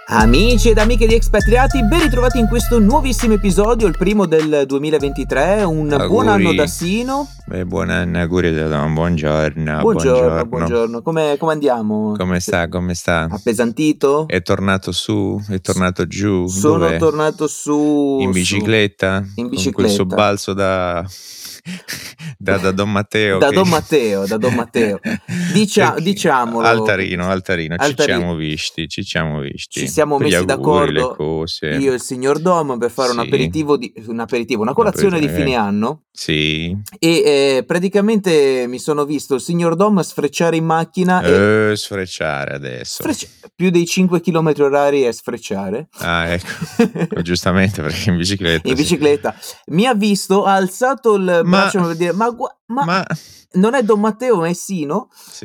Amici ed amiche di Expatriati, ben ritrovati in questo nuovissimo episodio, il primo del 2023. Un buon anno da Sino. Buon anno, auguri da Don, buongiorno. Buongiorno. Come andiamo? Come sta? Appesantito? È tornato su? È tornato giù? Sono Dov'è? tornato su. In bicicletta? In Con quel bicicletta. sobbalzo da Don Matteo. Da Don Matteo. Diciamolo. Altarino. Ci siamo visti. Ci siamo Per gli messi auguri, d'accordo, le cose. io e il signor Dom, per fare Sì. una colazione di fine anno. Sì. E praticamente mi sono visto il signor Dom sfrecciare in macchina e Sfrecciare adesso. più dei 5 km orari è sfrecciare. Ah, ecco. Giustamente, perché in bicicletta. In bicicletta. Mi ha visto, ha alzato il braccio per dire ma non è Don Matteo, ma è Sino. Sì.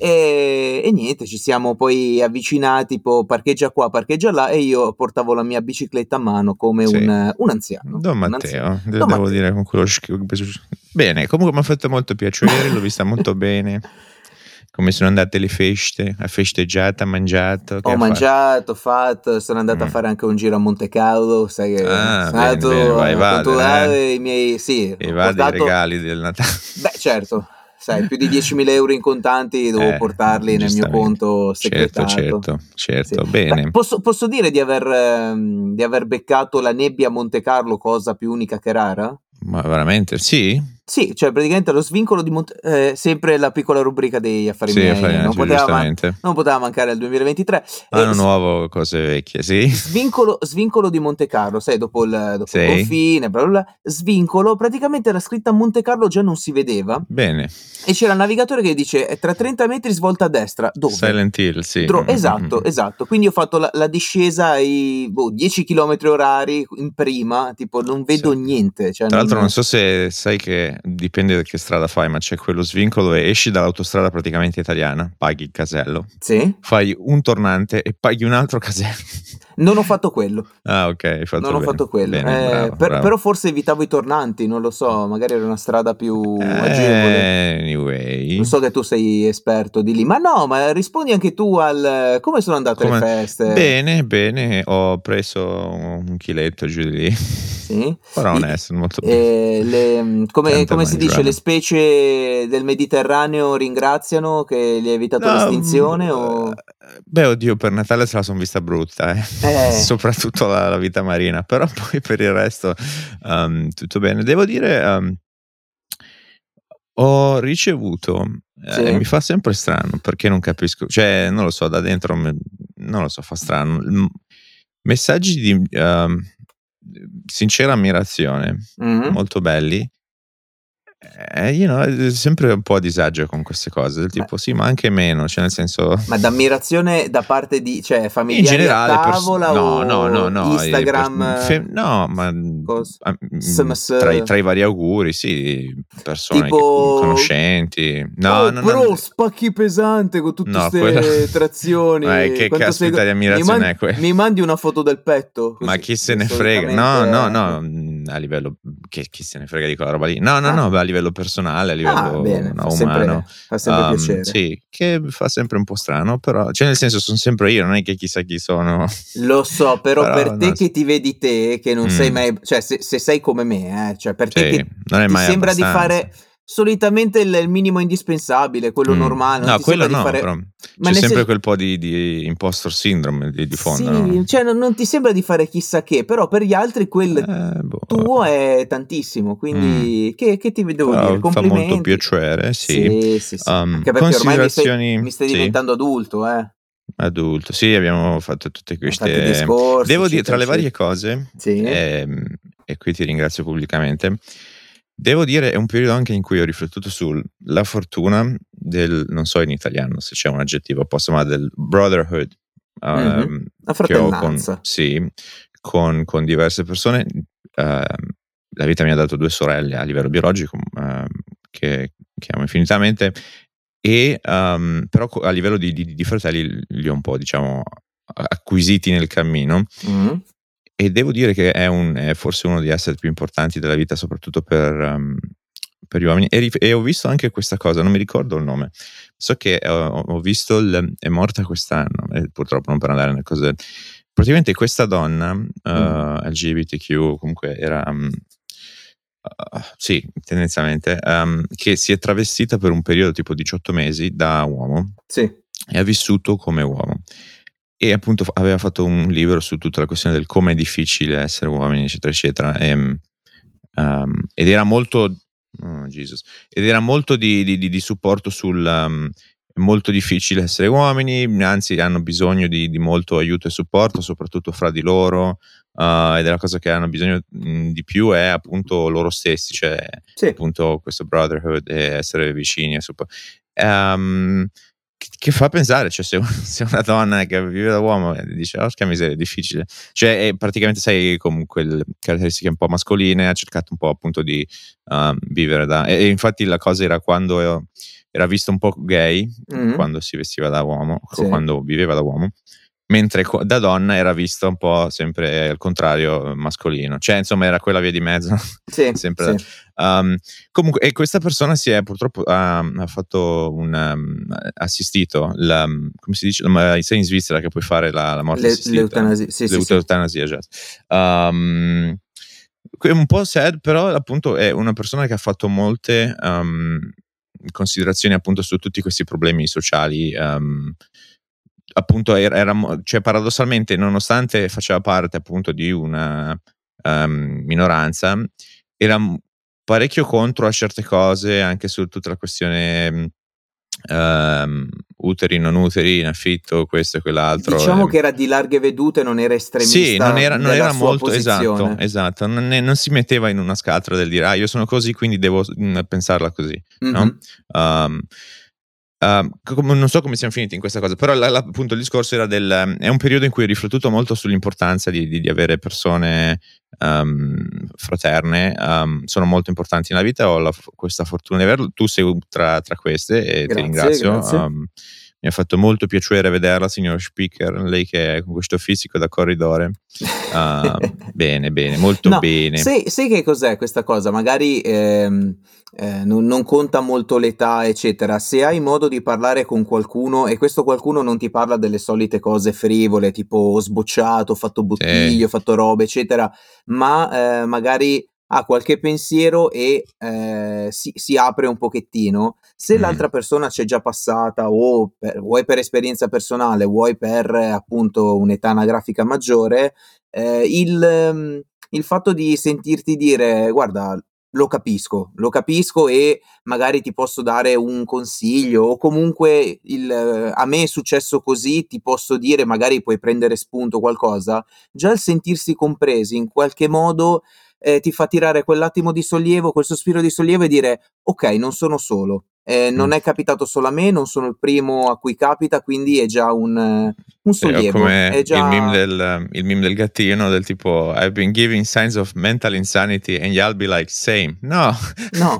E niente, ci siamo poi avvicinati, tipo parcheggia qua, parcheggia là, e io portavo la mia bicicletta a mano come Sì. un anziano. Don Matteo, devo dire con quello bene, comunque mi ha fatto molto piacere, l'ho vista molto bene. Come sono andate le feste? Ha festeggiato, ha mangiato? Ho mangiato, fatto, sono andato a fare anche un giro a Monte Carlo, sai che sono andato a controllare i miei, sì, e va dei regali del Natale. Beh, certo, sai, più di 10.000 euro in contanti devo portarli nel mio conto segretato. Certo, sì. Bene. Beh, posso dire di aver beccato la nebbia a Monte Carlo, cosa più unica che rara? Ma veramente? Sì? Sì, cioè praticamente lo svincolo di sempre la piccola rubrica degli affari miei, non poteva mancare il 2023. Anno nuovo, cose vecchie, sì. Svincolo di Monte Carlo, sai, dopo il confine, bla bla bla, svincolo, praticamente la scritta Monte Carlo già non si vedeva. Bene. E c'era il navigatore che dice tra 30 metri svolta a destra. Dove? Silent Hill, sì. Esatto. Quindi ho fatto la discesa ai 10 km orari in prima, tipo non vedo niente. Cioè, tra l'altro non so se sai che dipende da che strada fai, ma c'è quello svincolo dove esci dall'autostrada praticamente italiana, paghi il casello. Sì. Fai un tornante e paghi un altro casello. Non ho fatto quello. Ah, ok, hai fatto Non ho fatto quello. Bene, bravo. Però forse evitavo i tornanti, non lo so, magari era una strada più agevole. Anyway. Non so che tu sei esperto di lì, ma rispondi anche tu al come sono andate le feste? Bene, ho preso un chiletto giù di lì. Sì. Però onesto, molto bene. Come si dice, le specie del Mediterraneo ringraziano che gli hai evitato l'estinzione o? Beh, oddio, per Natale se la sono vista brutta, soprattutto la vita marina, però poi per il resto tutto bene. Devo dire, ho ricevuto, mi fa sempre strano, perché non capisco, cioè non lo so, da dentro non lo so, fa strano, messaggi di sincera ammirazione, molto belli. Io sempre un po' a disagio con queste cose, del tipo sì, ma anche meno, cioè nel senso. Ma d'ammirazione da parte di, cioè, familiari in generale, a tavola no, Instagram? no, ma tra i vari auguri, sì, persone tipo conoscenti. Però spacchi pesante con tutte queste trazioni. Che caspita di ammirazione è quella? Mi mandi una foto del petto? Ma chi se ne frega? No, a livello chi se ne frega di quella roba lì? No, a livello personale, a livello umano. Fa sempre piacere. Sì, che fa sempre un po' strano, però, cioè nel senso sono sempre io, non è che chissà chi sono. Lo so, però per te che ti vedi te, che non sei mai, cioè se sei come me, cioè per te che non è ti mai sembra abbastanza. Di fare solitamente il minimo indispensabile, quello normale. No, quello no, però c'è sempre quel po' di impostor syndrome di fondo. Sì, no? Cioè non ti sembra di fare chissà che, però per gli altri quel tuo è tantissimo, quindi che ti devo dire? Complimenti. Fa molto piacere, sì. Anche perché ormai mi stai diventando adulto, Adulto, sì, abbiamo fatto tutte queste discorsi. Devo dire, tra le varie cose, sì. e qui ti ringrazio pubblicamente. Devo dire, è un periodo anche in cui ho riflettuto sulla fortuna del, non so in italiano se c'è un aggettivo apposta, ma del brotherhood La fratellanza. con diverse persone. La vita mi ha dato 2 sorelle a livello biologico che amo infinitamente, e però a livello di fratelli li ho un po', diciamo, acquisiti nel cammino. E devo dire che è forse uno degli asset più importanti della vita, soprattutto per gli uomini. E ho visto anche questa cosa, non mi ricordo il nome. So che ho visto è morta quest'anno, purtroppo non per andare nelle cose praticamente questa donna LGBTQ, comunque era sì, tendenzialmente, che si è travestita per un periodo tipo 18 mesi da uomo Sì. e ha vissuto come uomo. E appunto aveva fatto un libro su tutta la questione del come è difficile essere uomini, eccetera, eccetera. Ed era molto, oh, Jesus, ed era molto di supporto sul è molto difficile essere uomini, anzi hanno bisogno di molto aiuto e supporto, soprattutto fra di loro, ed è la cosa che hanno bisogno di più è appunto loro stessi, cioè Sì. appunto questo brotherhood e essere vicini e che fa pensare, cioè se una donna che vive da uomo dice: "Porca miseria, è difficile". Cioè, praticamente sai comunque le caratteristiche un po' mascoline, ha cercato un po' appunto di, vivere da e infatti la cosa era quando era visto un po' gay, Mh-mh. quando si vestiva da uomo, Sì. quando viveva da uomo, mentre da donna era vista un po' sempre al contrario mascolino. Cioè, insomma, era quella via di mezzo Sì, sempre sì. comunque e questa persona si è purtroppo ha fatto un assistito come si dice? Ma sai in Svizzera che puoi fare la morte assistita? L'eutanasia. Sì, sì, sì. L'eutanasia, esatto. È un po' sad, però appunto è una persona che ha fatto molte, considerazioni appunto su tutti questi problemi sociali, appunto era cioè paradossalmente nonostante faceva parte appunto di una, minoranza, era, parecchio contro a certe cose, anche su tutta la questione, uteri, non uteri, in affitto, questo e quell'altro, Diciamo che era di larghe vedute, non era sì, estremista non della era sua molto esatto, posizione. esatto, non si metteva in una scatola del dire: "Ah, io sono così, quindi devo pensarla così", no, Mh-mh. uhm come non so come siam finiti in questa cosa, però appunto il discorso era è un periodo in cui ho riflettuto molto sull'importanza di avere persone, fraterne, sono molto importanti nella vita, ho questa fortuna di averlo. Tu sei tra queste e ti Grazie, ringrazio. grazie. Mi ha fatto molto piacere vederla, signor Speaker, lei che è con questo fisico da corridore. Bene, bene, molto No, bene. sai che cos'è questa cosa? Magari, non conta molto l'età, eccetera. Se hai modo di parlare con qualcuno e questo qualcuno non ti parla delle solite cose frivole, tipo ho sbocciato, ho fatto Sì, bottiglie, ho fatto robe, eccetera, ma, magari ha qualche pensiero e, si apre un pochettino, se mh, l'altra persona c'è già passata o vuoi per esperienza personale, vuoi per appunto un'età anagrafica maggiore, il fatto di sentirti dire: "Guarda, lo capisco e magari ti posso dare un consiglio o comunque a me è successo così, ti posso dire, magari puoi prendere spunto, qualcosa", già il sentirsi compresi in qualche modo, ti fa tirare quell'attimo di sollievo, quel sospiro di sollievo e dire: "Okay, non sono solo. mh. Non è capitato solo a me, non sono il primo a cui capita", quindi è già un Sì, o sollievo, è come già il meme del gattino del tipo: "I've been giving signs of mental insanity and y'all be like same". No. no.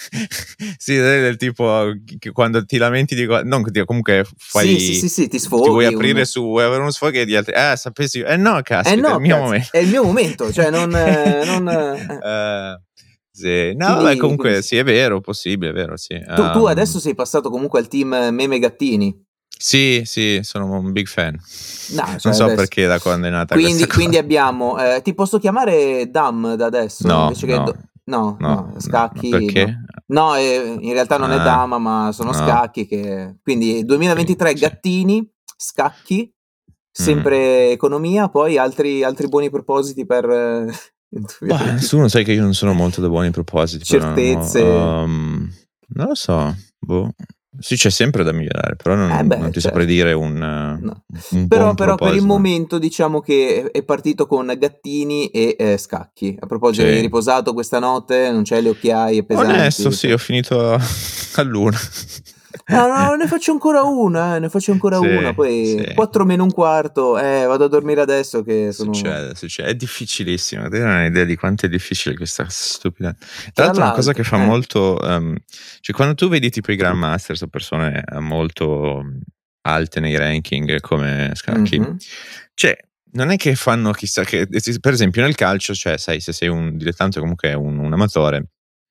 Sì, del tipo che quando ti lamenti di non che comunque Sì, sì, fai sì, sì, ti ti vuoi sfoghi aprire un vuoi avere uno sfogo e gli altri: sapessi" eh no, eh caspita, è il no, mio è il mio momento. momento, cioè non Ehm, sì. No, vabbè, quindi comunque sì. sì, è vero, possibile, è vero, sì. Tu adesso sei passato comunque al team meme gattini? Sì, sì, sono un big fan. No, Non cioè so adesso perché da quando è nata questa quindi cosa. abbiamo ti posso chiamare Dam da adesso No, invece che no, no, no, no, no, scacchi perché? no. No, in realtà non è Ah, dama, ma sono no, scacchi che quindi sì, 2023 sì. gattini, scacchi, Mh. sempre economia, poi altri buoni propositi per il Bah, 2023. nessuno sai che io non sono molto da buoni propositi per l'anno Certezze. non lo so, boh. Sì, c'è sempre da migliorare, però non Beh, ti saprei certo. dire No. un buon Però per il proposito, no. momento diciamo che è partito con gattini e, scacchi. A proposito, hai Sì. riposato questa notte? Non c'hai le occhiaie Onesto, pesanti? sì, ho finito all'1. No, no, ne faccio ancora una, ne faccio ancora una, Sì, sì. poi 4 meno un quarto, vado a dormire adesso che sono Succede, è difficilissimo. Te non hai idea di quanto è difficile questa stupida tra tra l'altro una cosa che l'altro fa molto cioè quando tu vedi tipo i Grandmasters o persone, molto, alte nei ranking come Scacchi, mh-mh, cioè non è che fanno chissà che per esempio nel calcio, cioè sai se sei un dilettante o comunque un amatore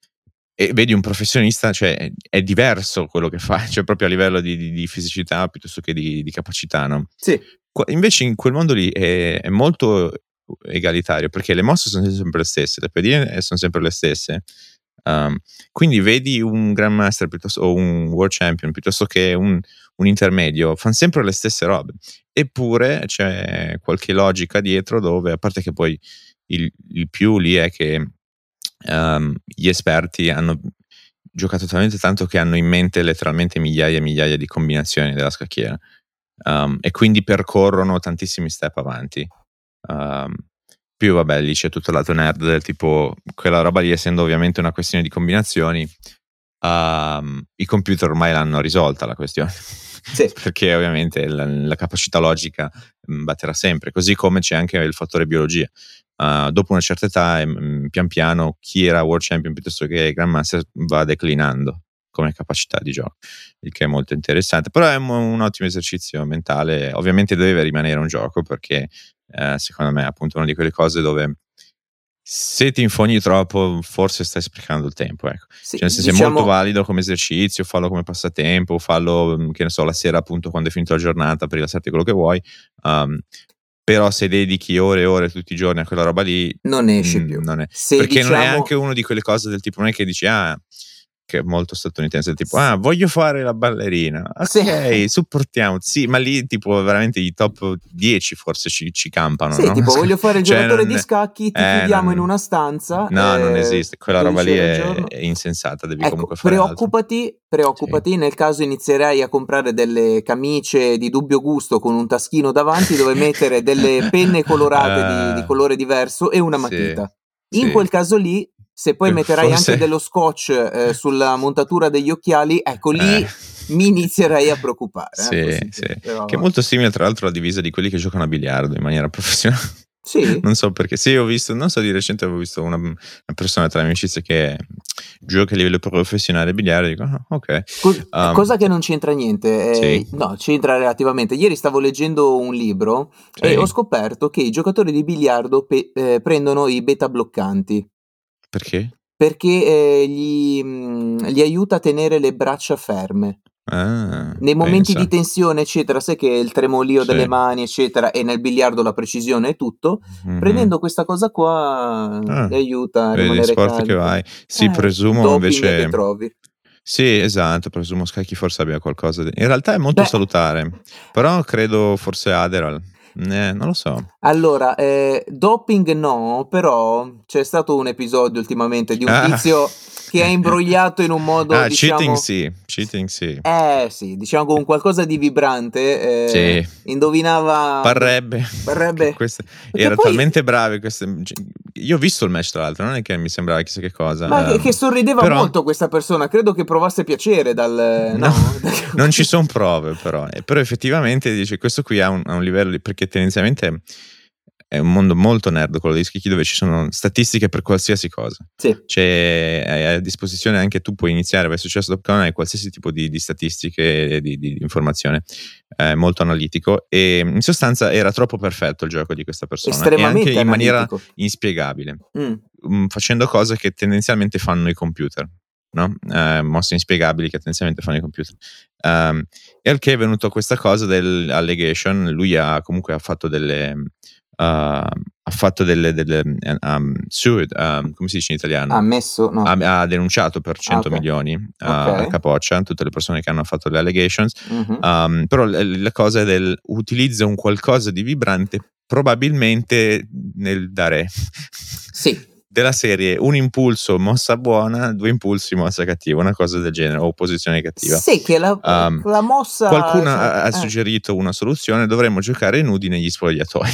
e vedi un professionista, cioè è diverso quello che fa, cioè proprio a livello di fisicità piuttosto che di capacità, no? sì, Invece in quel mondo lì è molto egalitario, perché le mosse sono sempre le stesse, le pedine sono sempre le stesse. Quindi vedi un Grandmaster o un World Champion piuttosto che un intermedio, fanno sempre le stesse robe. Eppure c'è qualche logica dietro, dove, a parte che poi il più lì è che gli esperti hanno giocato talmente tanto che hanno in mente letteralmente migliaia e migliaia di combinazioni della scacchiera, e quindi percorrono tantissimi step avanti. Più vabbè, lì c'è tutto il lato nerd del tipo, quella roba lì, essendo ovviamente una questione di combinazioni, i computer ormai l'hanno risolta la questione. Sì. Perché ovviamente la capacità logica batterà sempre, così come c'è anche il fattore biologia. Dopo una certa età, pian piano, chi era World Champion piuttosto che Grandmaster va declinando come capacità di gioco, il che è molto interessante. Però è un ottimo esercizio mentale. Ovviamente deve rimanere un gioco, perché secondo me è appunto una di quelle cose dove, se ti infogni troppo, forse stai sprecando il tempo, ecco. Sì, Cioè, nel senso, è molto valido come esercizio, fallo come passatempo, fallo, che ne so, la sera, appunto, quando è finita la giornata, per rilassarti, quello che vuoi. Però se dedichi ore e ore tutti i giorni a quella roba lì, non esce più. non è, Se perché non è diciamo anche una di quelle cose del tipo, non è che dici che è molto statunitense, del tipo voglio fare la ballerina, ok, sì. supportiamo, sì, ma lì tipo veramente i top 10 forse ci campano, sì, no? tipo voglio fare il Cioè, giocatore di scacchi, ti chiudiamo in una stanza, no, non esiste, quella roba 12 lì ore al è giorno. insensata, devi Ecco, comunque fare altro. preoccupati Sì. nel caso inizierai a comprare delle camicie di dubbio gusto con un taschino davanti dove mettere delle penne colorate di colore diverso e una matita. In quel caso lì, se poi metterai anche dello scotch sulla montatura degli occhiali, ecco lì mi inizierei a preoccupare. Sì. Però... Che è molto simile, tra l'altro, alla divisa di quelli che giocano a biliardo in maniera professionale. Sì? Non so perché. Sì, ho visto, non so, di recente avevo visto una persona tra le amicizie che gioca a livello professionale a biliardo, e dico, ok. Cosa che non c'entra niente. Sì. No, c'entra relativamente. Ieri stavo leggendo un libro e ho scoperto che i giocatori di biliardo prendono i beta bloccanti. Perché? Perché gli aiuta a tenere le braccia ferme. Nei momenti di tensione, eccetera, sai che il tremolio delle mani, eccetera, e nel biliardo la precisione è tutto. Prendendo questa cosa qua li aiuta a rimanere sport calmi. Che vai. Sì, presumo invece che trovi. Sì, esatto, presumo scacchi forse abbia qualcosa in realtà è molto salutare, però credo forse Adderall. Non lo so. Allora, doping no, però c'è stato un episodio ultimamente di un tizio che ha imbrogliato in un modo, diciamo... Cheating sì. Sì, diciamo con qualcosa di vibrante, sì. indovinava... Parrebbe. Era poi... talmente bravo. Io ho visto il match, tra l'altro, non è che mi sembrava chissà che cosa. Ma che sorrideva molto questa persona, credo che provasse piacere dal... No, non ci sono prove però effettivamente dice questo qui ha un livello, perché tendenzialmente è un mondo molto nerd quello dei scacchi, dove ci sono statistiche per qualsiasi cosa. Sì. C'è a disposizione, anche tu puoi iniziare, vai su chess.com, hai qualsiasi tipo di statistiche, di informazione, molto analitico, e in sostanza era troppo perfetto il gioco di questa persona, estremamente e anche in maniera analitico. inspiegabile, facendo cose che tendenzialmente fanno i computer, no? Mosse inspiegabili che tendenzialmente fanno i computer, e al che è venuto questa cosa dell'allegation. Lui ha fatto delle sued, come si dice in italiano? Ammesso? No. Ha denunciato per 100 milioni a capoccia tutte le persone che hanno fatto le allegations. Però la cosa è utilizza un qualcosa di vibrante, probabilmente nel dare della serie un impulso mossa buona, 2 impulsi mossa cattiva, una cosa del genere, o posizione cattiva. Sì, che la mossa... Qualcuno ha suggerito una soluzione: dovremmo giocare nudi negli spogliatoi.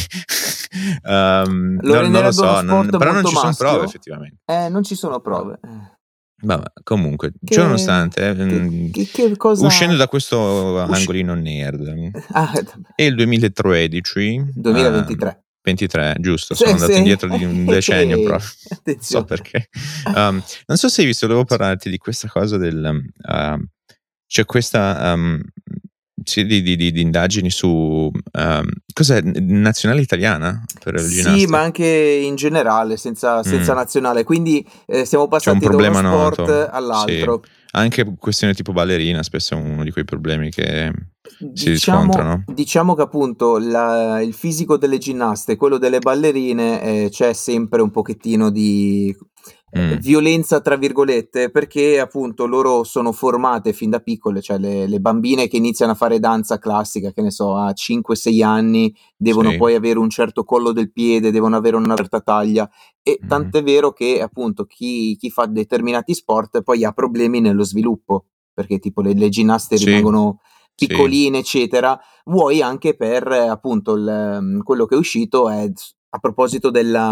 Non lo so, però non ci sono prove effettivamente. Non ci sono prove. Vabbè, comunque, ciononostante, che cosa... uscendo da questo angolino nerd, e il 2013 2023 23, giusto, sono andato indietro di un decennio proprio. Non so perché. Non so se hai visto, volevo parlarti di questa cosa c'è questa di indagini su cos'è, nazionale italiana per il ginnastica? Sì, ma anche in generale, senza nazionale, quindi siamo passati da uno sport all'altro. Anche questione tipo ballerina spesso è uno di quei problemi che si Diciamo riscontrano. diciamo che appunto il fisico delle ginnaste e quello delle ballerine, c'è sempre un pochettino di, Mh, "violenza" tra virgolette, perché appunto loro sono formate fin da piccole, cioè le bambine che iniziano a fare danza classica, che ne so, a 5, 6 anni, devono sì. poi avere un certo collo del piede, devono avere una certa taglia e Mh-mh. tant'è vero che appunto chi fa determinati sport poi ha problemi nello sviluppo, perché tipo le ginnaste Sì, rimangono sì. piccoline, eccetera, vuoi anche per appunto quello che è uscito è a proposito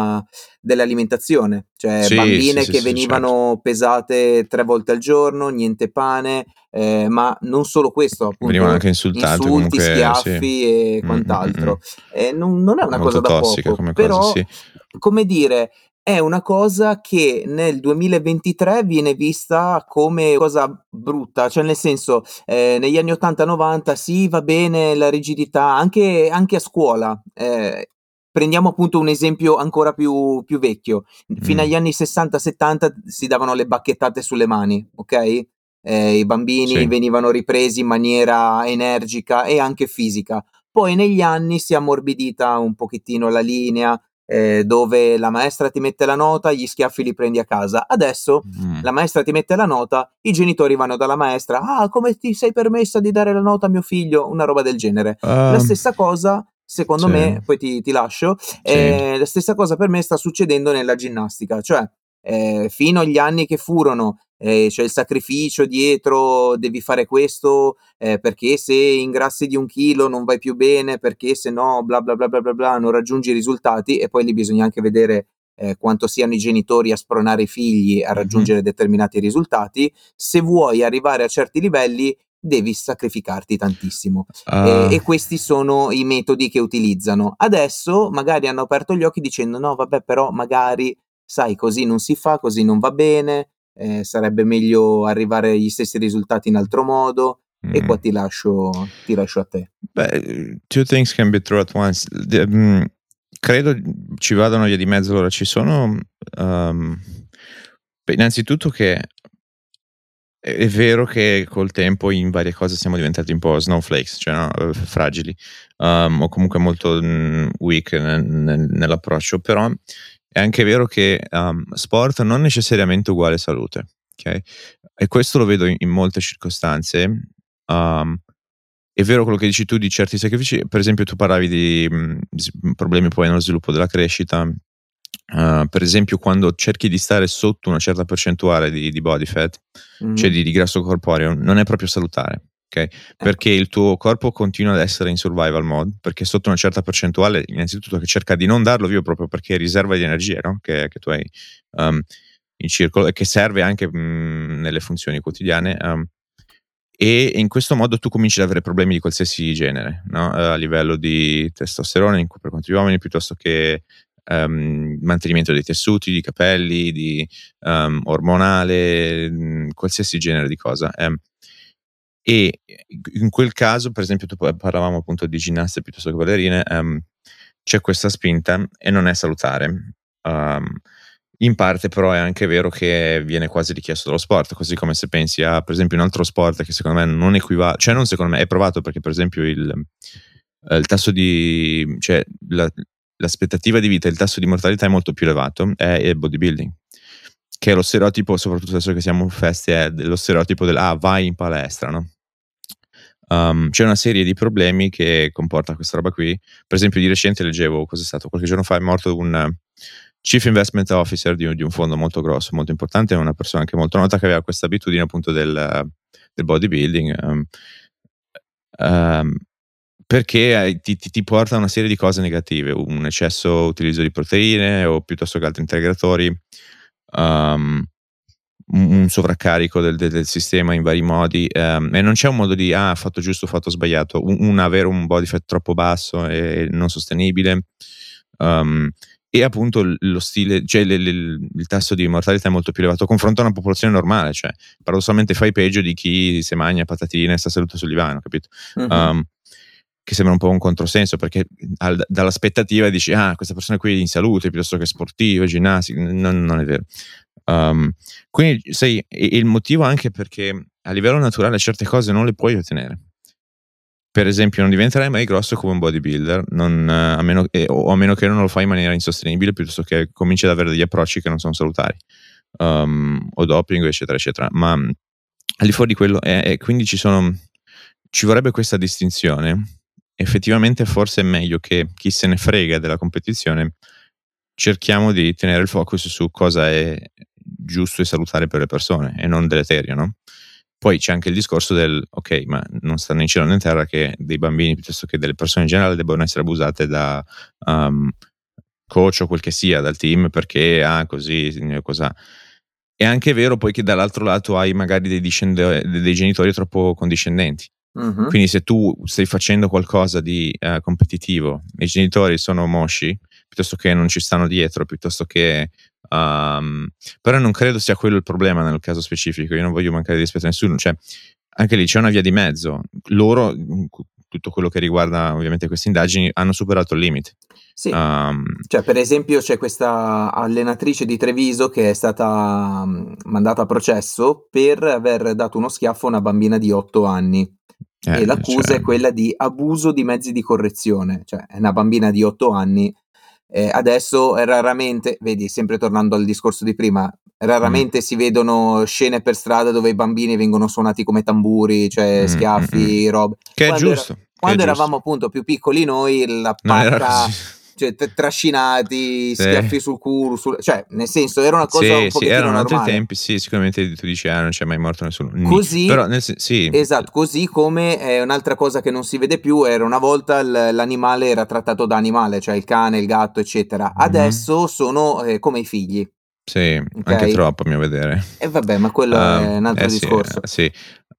dell'alimentazione, cioè Sì, sì, bambine sì, che sì, certo. venivano pesate 3 volte al giorno, niente pane, ma non solo questo, Venivano appunto anche insultate insulti, comunque sì. schiaffi e quant'altro. Non è una cosa Molto da tossica poco, come cosa, però, sì. come dire, è una cosa che nel 2023 viene vista come cosa brutta, cioè nel senso, negli anni '80, '90 sì, va bene la rigidità, anche a scuola. Prendiamo appunto un esempio ancora più vecchio. Fino Mh, agli anni '60, '70 si davano le bacchettate sulle mani, okay, i bambini sì. venivano ripresi in maniera energica e anche fisica. Poi negli anni si è ammorbidita un pochettino la linea, dove la maestra ti mette la nota, gli schiaffi li prendi a casa. Adesso Mh. la maestra ti mette la nota, i genitori vanno dalla maestra: "Ah, come ti sei permessa di dare la nota a mio figlio?" Una roba del genere. La Uhm, stessa cosa, secondo sì, me, poi ti lascio, sì. la stessa cosa per me sta succedendo nella ginnastica, cioè, fino agli anni che furono, c'è il sacrificio dietro, devi fare questo, perché se ingrassi di 1 chilo non vai più bene, perché se no bla, bla, bla, bla, bla, bla, non raggiungi i risultati e poi lì bisogna anche vedere, quanto siano i genitori a spronare i figli a Mh-mh. raggiungere determinati risultati. Se vuoi arrivare a certi livelli devi sacrificarti tantissimo. Uhm, E questi sono i metodi che utilizzano. Adesso magari hanno aperto gli occhi dicendo: "No vabbè, però magari sai così non si fa, così non va bene, sarebbe meglio arrivare agli stessi risultati in altro modo." E mh. qua ti lascio a te. Beh, two things can be true at once. Credo ci vadano vie di mezzo. Allora ci sono, uhm, beh, innanzitutto che è vero che col tempo in varie cose siamo diventati un po' snowflakes, cioè no, fragili, o comunque molto, weak nell'approccio, però è anche vero che, sport non necessariamente uguale salute, okay, e questo lo vedo in molte circostanze. uhm È vero quello che dici tu di certi sacrifici, per esempio tu parlavi di, problemi poi nello sviluppo della crescita. Per esempio quando cerchi di stare sotto una certa percentuale di body fat, cioè Mh-mh. di grasso corporeo, non è proprio salutare, okay, Ecco. perché il tuo corpo continua ad essere in survival mode, perché sotto una certa percentuale innanzitutto che cerca di non darlo via proprio perché è riserva di energia, no, che tu hai, uhm, in circolo e che serve anche, nelle funzioni quotidiane. E in questo modo tu cominci ad avere problemi di qualsiasi genere, no, a livello di testosterone per quanto gli uomini, piuttosto che, mantenimento dei tessuti, di capelli, di, ormonale, qualsiasi genere di cosa. E in quel caso, per esempio, tu parlavamo appunto di ginnaste piuttosto che ballerine, c'è questa spinta e non è salutare. Uhm, In parte però è anche vero che viene quasi richiesto dallo sport, così come se pensi a, per esempio, un altro sport che secondo me non cioè non secondo me, è provato perché per esempio il tasso di cioè l'aspettativa di vita, il tasso di mortalità è molto più elevato, è il bodybuilding, che è lo stereotipo, soprattutto adesso che siamo in feste, è dello stereotipo "Ah, vai in palestra", no? C'è una serie di problemi che comporta questa roba qui. Per esempio di recente leggevo, cos'è stato, qualche giorno fa è morto un chief investment officer di un fondo molto grosso, molto importante, una persona anche molto nota che aveva questa abitudine appunto del bodybuilding, ehm, perché ti porta a una serie di cose negative, un eccesso utilizzo di proteine o piuttosto che altri integratori, uhm un sovraccarico del sistema in vari modi, e non c'è un modo di: "Ah, fatto giusto, fatto sbagliato", un avere un body fat troppo basso e non sostenibile, uhm, e appunto lo stile, cioè il tasso di mortalità è molto più elevato confronto a una popolazione normale, cioè paradossalmente fai peggio di chi se magna patatine e sta seduto sul divano, capito? Mh-mh. Uhm, che sembra un po' un controsenso perché, dall'aspettativa dici: "Ah, questa persona qui è in salute piuttosto che sportiva, ginnastica", non è vero. Quindi sai, il motivo anche perché a livello naturale certe cose non le puoi ottenere. Per esempio, non diventerai mai grosso come un bodybuilder, a meno che non lo fai in maniera insostenibile, piuttosto che cominci ad avere degli approcci che non sono salutari, o doping, eccetera, eccetera. Ma al di fuori di quello, quindi ci vorrebbe questa distinzione. Effettivamente, forse è meglio che chi se ne frega della competizione cerchiamo di tenere il focus su cosa è giusto e salutare per le persone e non deleterio, no? Poi c'è anche il discorso del ok, ma non sta né in cielo né in terra che dei bambini piuttosto che delle persone in generale debbano essere abusate da coach o quel che sia, dal team, perché così, cosa. È anche vero poi che dall'altro lato hai magari dei genitori troppo condiscendenti. Mhm. Quindi se tu stai facendo qualcosa di competitivo e i genitori sono mosci, piuttosto che non ci stanno dietro, piuttosto che però non credo sia quello il problema nel caso specifico. Io non voglio mancare di rispetto a nessuno, cioè anche lì c'è una via di mezzo. Loro, tutto quello che riguarda ovviamente queste indagini, hanno superato il limite. Sì, cioè per esempio c'è questa allenatrice di Treviso che è stata mandata a processo per aver dato uno schiaffo a una bambina di 8 anni e l'accusa cioè, è quella di abuso di mezzi di correzione, cioè è una bambina di 8 anni. Adesso raramente, vedi, sempre tornando al discorso di prima, raramente si vedono scene per strada dove i bambini vengono suonati come tamburi, cioè schiaffi, robe. che è Quando giusto. quando eravamo appunto più piccoli noi, la Non era pacca, così. cioè Sì. trascinati, schiaffi sul culo, cioè nel senso era una cosa un Sì, pochettino erano altri normale. tempi, sì, sicuramente tu dici non c'è mai morto nessuno. Così, Però sì. esatto, così come un'altra cosa che non si vede più era una volta l'animale era trattato da animale, cioè il cane, il gatto, eccetera. Adesso sono come i figli, Sì, anche ok? troppo a mio vedere. E vabbè, ma quello è un altro discorso. Sì.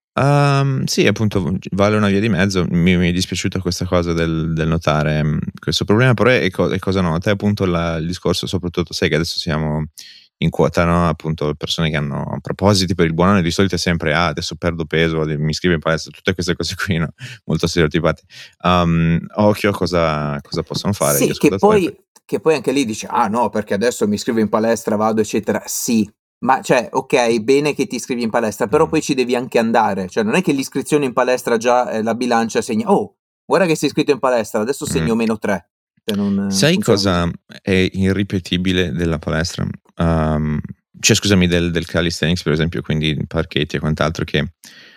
Sì, appunto vale una via di mezzo. Mi è dispiaciuta questa cosa del notare questo problema, però è cosa nota è appunto il discorso, soprattutto sai che adesso siamo in quota, no? Appunto persone che hanno propositi per il buon anno, di solito è sempre adesso perdo peso, mi iscrivo in palestra, tutte queste cose qui, no? Molto stereotipate. Occhio a cosa possono fare gli Sì, che ascoltatori. poi anche lì dici: "Ah no, perché adesso mi iscrivo in palestra, vado eccetera". Sì, ma cioè okay, bene che ti iscrivi in palestra, però poi ci devi anche andare. Cioè non è che l'iscrizione in palestra già, la bilancia segna: "Oh, guarda che sei iscritto in palestra, adesso segno -3". Cioè non Sai funziona così. cosa è irripetibile della palestra? Cioè scusami del calisthenics per esempio, quindi parchetti e quant'altro, che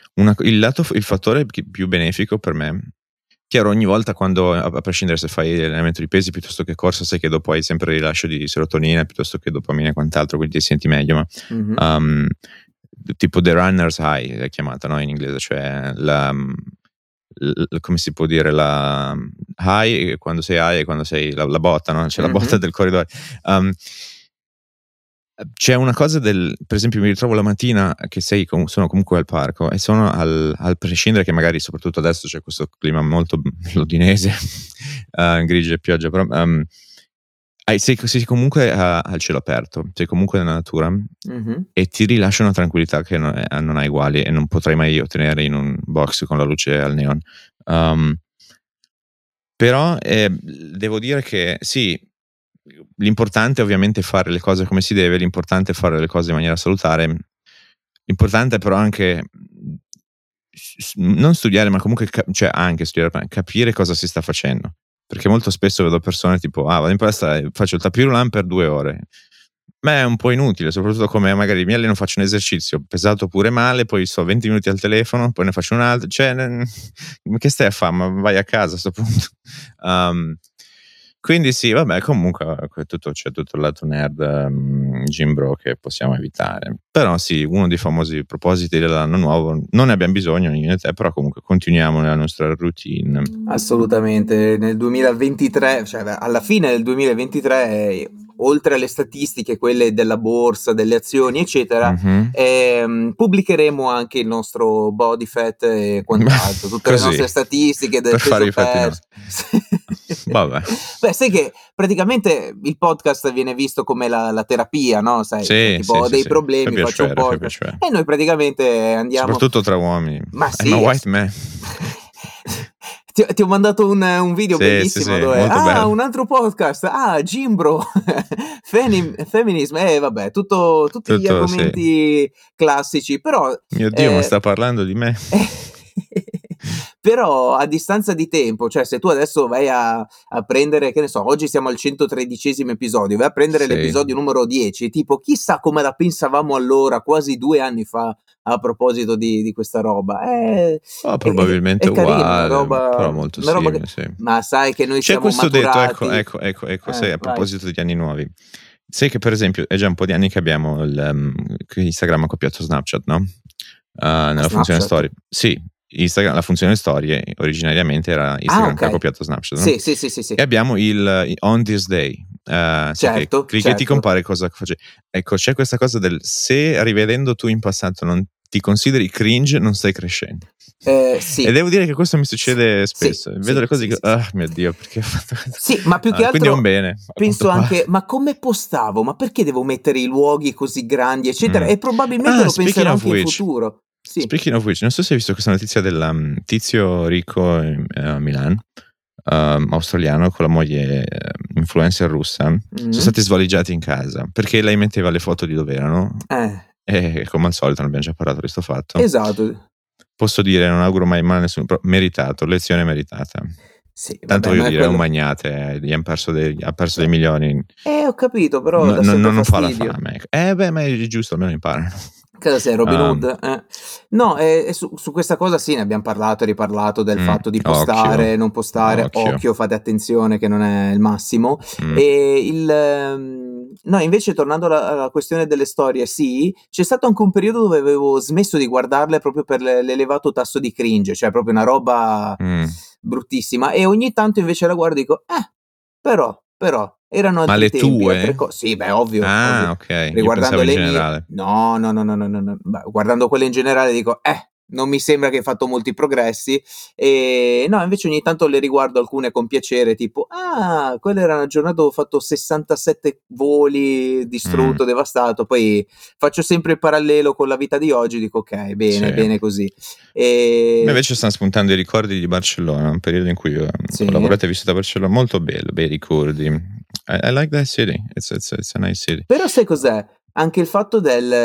il fattore più benefico per me, chiaro ogni volta quando a prescindere se fai allenamento di pesi piuttosto che corsa, sai che dopo hai sempre il rilascio di serotonina piuttosto che dopamina e quant'altro, quindi ti senti meglio, ma Mh-mh. tipo the runner's high è chiamata, no, in inglese, cioè come si può dire, la high quando sei high e quando sei la botta, no, c'è la botta Mh-mh. del corridoio. C'è una cosa per esempio mi ritrovo la mattina che sono comunque al parco e sono al prescindere che magari soprattutto adesso c'è questo clima molto londinese, grigio e pioggia, però sei comunque al cielo aperto, sei comunque nella natura Mh-mh. e ti rilascia una tranquillità che non ha eguali e non potrai mai ottenere in un box con la luce al neon. Però devo dire che sì, l'importante è ovviamente fare le cose come si deve, l'importante è fare le cose in maniera salutare. L'importante è però anche non studiare, ma comunque cioè anche studiare, ma capire cosa si sta facendo. Perché molto spesso vedo persone tipo: vado in palestra e faccio il tapis roulant per 2 ore. Ma è un po' inutile, soprattutto come magari mi alleno, faccio un esercizio pesato pure male, poi sto 20 minuti al telefono, poi ne faccio un altro, cioè che stai a fa'? Ma vai a casa a 'sto punto. Quindi sì, vabbè, comunque c'è tutto il lato nerd, gym bro che possiamo evitare. Però sì, uno dei famosi propositi dell'anno nuovo, non ne abbiam bisogno io e te, però comunque continuiamo nella nostra routine. Assolutamente. Nel 2023, cioè alla fine del 2023, oltre alle statistiche, quelle della borsa, delle azioni, eccetera, Mh-mh. pubblicheremo anche il nostro body fat e quant'altro, tutte le Così, nostre statistiche del per fare peso i fatti perso. nostri. Vabbè. Beh, sai che praticamente il podcast viene visto come la terapia, no? Sai, cioè, Sì, tipo sì, ho sì, dei sì. Fa problemi, faccio un piacere, fa podcast piacere. e noi praticamente andiamo. Soprattutto tra uomini. Ma I'm a sì, white man. Ti ho mandato un video Sì, sì, bellissimo sì, dove molto bello. un altro podcast, Gimbro, feminism, vabbè, tutti gli Tutto sì. argomenti classici, però Mio Dio, ma ehm sta parlando di me? però a distanza di tempo, cioè se tu adesso vai a prendere, che ne so, oggi siamo al 113° episodio, vai a prendere Sì. l'episodio numero 10, tipo chissà come la pensavamo allora, quasi 2 anni fa, a proposito di questa roba. Probabilmente È carina, uguale, però molto una roba che, simile, sì. ma sai che noi C'è siamo questo detto, maturati. sai, a Vai. proposito degli anni nuovi. Sai che per esempio è già un po' di anni che abbiamo Instagram accoppiato Snapchat, no, A nella funzione Snapchat? storie. Sì, Instagram la funzione storie originariamente era Ah, Instagram che ha okay. accoppiato Snapchat, no, Sì, sì, sì, sì, e sì. abbiamo il On This Day, sai che Certo, clicca e ti certo. compare cosa face ecco, c'è questa cosa del se rivedendo tu in passato non ti consideri cringe, non stai crescendo. E Sì. devo dire che questo mi Sì, succede sì, spesso. Vedo sì, le cose e sì, dico: sì, sì. "Ah, mio Dio, perché ho fatto questo?" Sì, ma più che Quindi è un altro bene, a quanto penso pare. anche: "Ma come postavo? Ma perché devo mettere i luoghi così grandi, eccetera?" Mh. E probabilmente lo Speaking penserò of anche in which futuro. Sì. speaking of which, non so se hai visto questa notizia del, tizio ricco a Milan, australiano con la moglie, influencer russa, son Mh. stati svaligiati in casa, perché lei metteva le foto di dov'erano Eh, e come al solito, ne abbiam già parlato di 'sto fatto. esatto. Posso dire, non auguro mai male a nessuno, però meritato, lezione meritata. Sì, Tanto vabbè, voglio ma è dire, è un quello. magnate, gli ha perso dei milioni, Ho capito, però dà sempre non fa la fastidio. fame, ecco. Beh, ma è giusto, almeno imparano. Cosa sei, Robin Uhm, Hood? No, e su questa cosa sì, ne abbiam parlato e riparlato del fatto di occhio, postare, non postare. occhio. Occhio, fate attenzione che non è il massimo. Mh, No, invece tornando alla questione delle storie, sì, c'è stato anche un periodo dove avevo smesso di guardarle proprio per l'elevato tasso di cringe, cioè proprio una roba mh. bruttissima, e ogni tanto invece la guardo e dico: però, erano Ma altri le tempi, tue? altre sì, beh, ovvio, Ah, ovvio. okay, io Riguardando pensavo in le mie, generale. no, no, no, no, no, no, no. Beh, guardando quelle in generale dico: non mi sembra che hai fatto molti progressi." No, invece ogni tanto le riguardo alcune con piacere, tipo: "Ah, quella era una giornata dove ho fatto 67 voli, Mh, distrutto, devastato." Poi faccio sempre il parallelo con la vita di oggi, dico: "Okay, sì. bene, A bene così." me Ehm invece stan spuntando i ricordi di Barcellona, un periodo in cui, ho sì. lavorato e vissuto a Barcellona, molto bello, bei ricordi. I like that city, it's a nice city. Però sai cos'è? Anche il fatto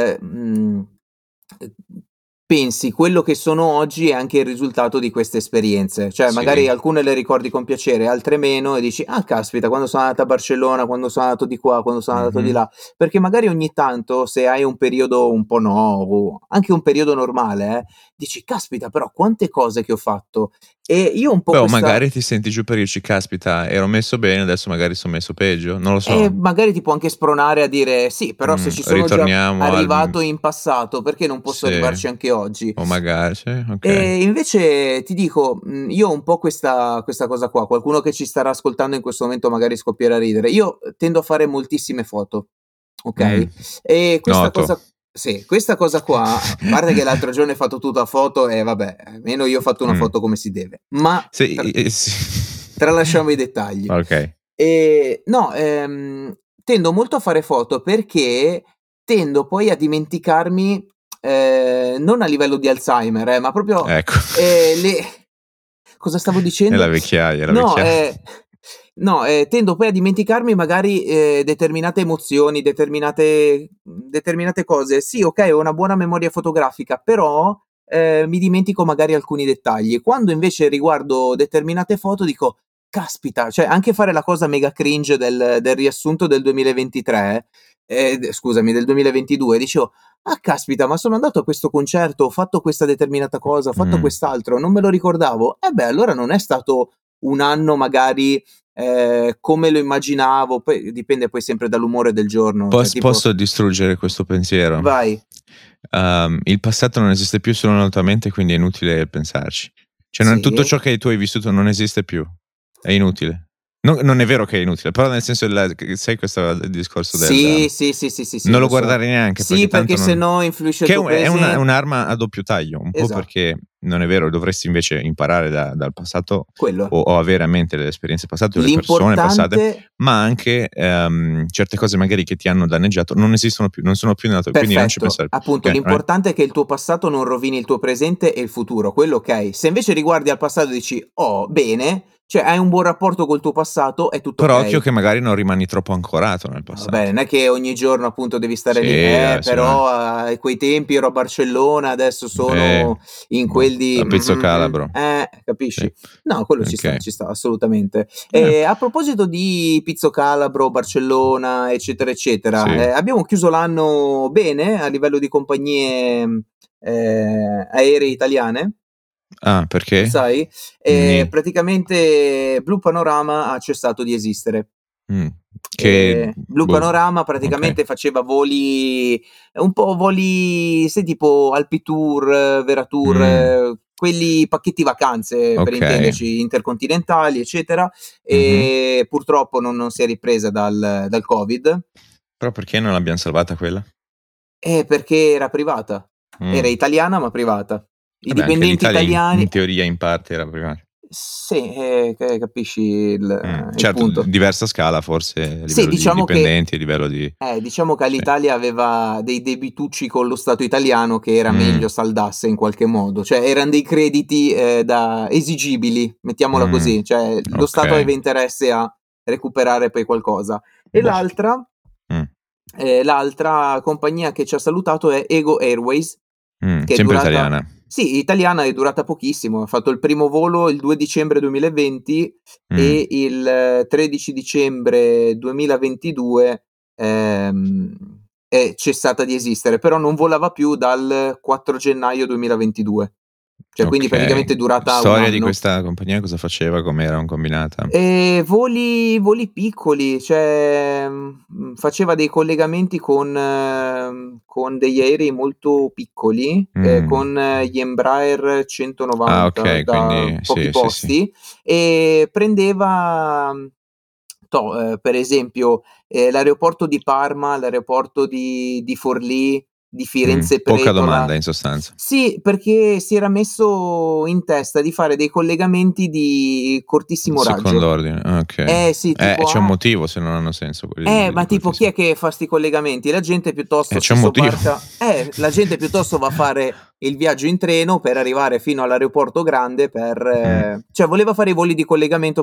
ehm, pensi quello che sono oggi è anche il risultato di queste esperienze. Cioè, Sì. magari alcune le ricordi con piacere, altre meno e dici: "Ah, caspita, quando sono andato a Barcellona, quando sono andato di qua, quando sono andato di Mh-mh. là." Perché magari ogni tanto, se hai un periodo un po' o anche un periodo normale, dici: "Caspita, però quante cose che ho fatto." E io un po' Beh, o questa. magari ti senti giù per dirci: "Caspita, ero messo bene, adesso magari son messo peggio." Non lo so. Magari ti può anche spronare a dire: "Sì, però se ci sono già Ritorniamo al arrivato in passato, perché non posso sì, arrivarci anche oggi?" o magari sì, okay. E invece ti dico, io ho un po' questa cosa qua, qualcuno che ci starà ascoltando in questo momento magari scoppierà a ridere. Io tendo a fare moltissime foto, Mh, okay, e questa noto. cosa, sì, questa cosa qua, a parte che l'altro giorno hai fatto tu tua foto e vabbè, almeno io ho fatto una Mh. foto come si deve, ma Sì, sì. tralasciamo i dettagli. Okay. No, tendo molto a fare foto perché tendo poi a dimenticarmi, non a livello di Alzheimer, ma proprio, Ecco. le cosa stavo È la dicendo? vecchiaia, è la No, vecchiaia. no, tendo poi a dimenticarmi magari, determinate emozioni, determinate cose. Sì, okay, ho una buona memoria fotografica, però, mi dimentico magari alcuni dettagli. Quando invece riguardo determinate foto dico: "Caspita", cioè anche fare la cosa mega cringe del riassunto del 2023, scusami, del 2022, dicevo: "Ah caspita, ma sono andato a questo concerto, ho fatto questa determinata cosa, ho fatto Mh. quest'altro, non me lo ricordavo." Eh beh, allora non è stato un anno magari, come lo immaginavo, poi dipende poi sempre dall'umore del giorno, cioè tipo, Posso distruggere questo pensiero? vai. Il passato non esiste più solo nella tua mente, quindi è inutile pensarci. Cioè non tutto Sì. ciò che tu hai vissuto non esiste più. È inutile. Non è vero che è inutile, però nel senso sai questo il discorso Sì, sì, sì, sì, sì, sì, non lo lo so. guardare neanche Sì, perché perché tanto se non no influisce il che tuo è presen un'arma a doppio taglio, un po' esatto, perché non è vero, dovresti invece imparare dal passato quello è. o avere a mente le esperienze passate o le persone passate, L'importante ma anche, certe cose magari che ti hanno danneggiato non esistono più, non sono più nella tua quindi non ci perfetto, pensare più, appunto okay, right? l'importante è che il tuo passato non rovini il tuo presente e il futuro, quello okay. Se invece riguardi al passato e dici: "Oh, bene", cioè hai un buon rapporto col tuo passato, è tutto Però occhio okay. che magari non rimani troppo ancorato nel No, vabbè, passato. non è che ogni giorno appunto devi stare lì: Sì, dai, però assolutamente. a quei tempi ero a Barcellona, adesso sono in Boh, quel di a pezzo calabro. Sì, capisci? No, quello okay. ci sta assolutamente. Eh, A proposito di Pizzo Calabro, Barcellona, eccetera, eccetera, sì. abbiamo chiuso l'anno bene a livello di compagnie, aeree italiane, Ah, lo perché? sai? Nì. Praticamente Blue Panorama ha cessato di esistere. Mh. Che Blue boh, Panorama okay. praticamente faceva voli un po' voli sai tipo Alpitour, Veratour, Mh, quelli pacchetti vacanze per okay. intenderci, intercontinentali, eccetera, Mh-mh. purtroppo non si è ripresa dal Covid, Però perché non l'abbiam salvata quella? perché era privata. Era Mh. italiana ma privata. I Vabbè anche dipendenti l'Italia italiani in teoria in parte era privata. sì, capisci il Certo, punto. diversa scala forse a Sì, livello di dipendenti, a livello di diciamo che sì. Alitalia aveva dei debitucci con lo Stato italiano che era Mh, meglio saldasse in qualche modo, cioè eran dei crediti, da esigibili, mettiamola mh, così, cioè lo Stato okay. aveva interesse a recuperare poi qualcosa. E Boh. Mh, l'altra compagnia che ci ha salutato è Ego Airways, che è sempre durata italiana. sì, italiana, è durata pochissimo. Ha fatto il primo volo il 2 dicembre 2020 Mh, e il 13 dicembre 2022, ehm, è cessata di esistere, però non volava più dal 4 gennaio 2022. Cioè, quindi okay. praticamente è durata 1 Storia di anno. questa compagnia cosa faceva? Com'era combinata? Voli piccoli, cioè, faceva dei collegamenti con degli aerei molto piccoli, Mh. con gli Embraer Ah 190 okay, da quindi pochi sì, sì, sì. posti e prendeva, per esempio, l'aeroporto di Parma, l'aeroporto di Forlì, di Firenze Poca domanda Pretola. in sostanza. Sì, perché si era messo in testa di fare dei collegamenti di cortissimo raggio. Secondo ordine, ah okay. Eh sì, tipo C'è un motivo se non hanno senso quelli di ma tipo chi cortissimo. è che fa 'sti collegamenti? La gente piuttosto C'è si un motivo. sobbarca la gente piuttosto va a fare il viaggio in treno per arrivare fino all'aeroporto grande Mh, cioè voleva fare i voli di collegamento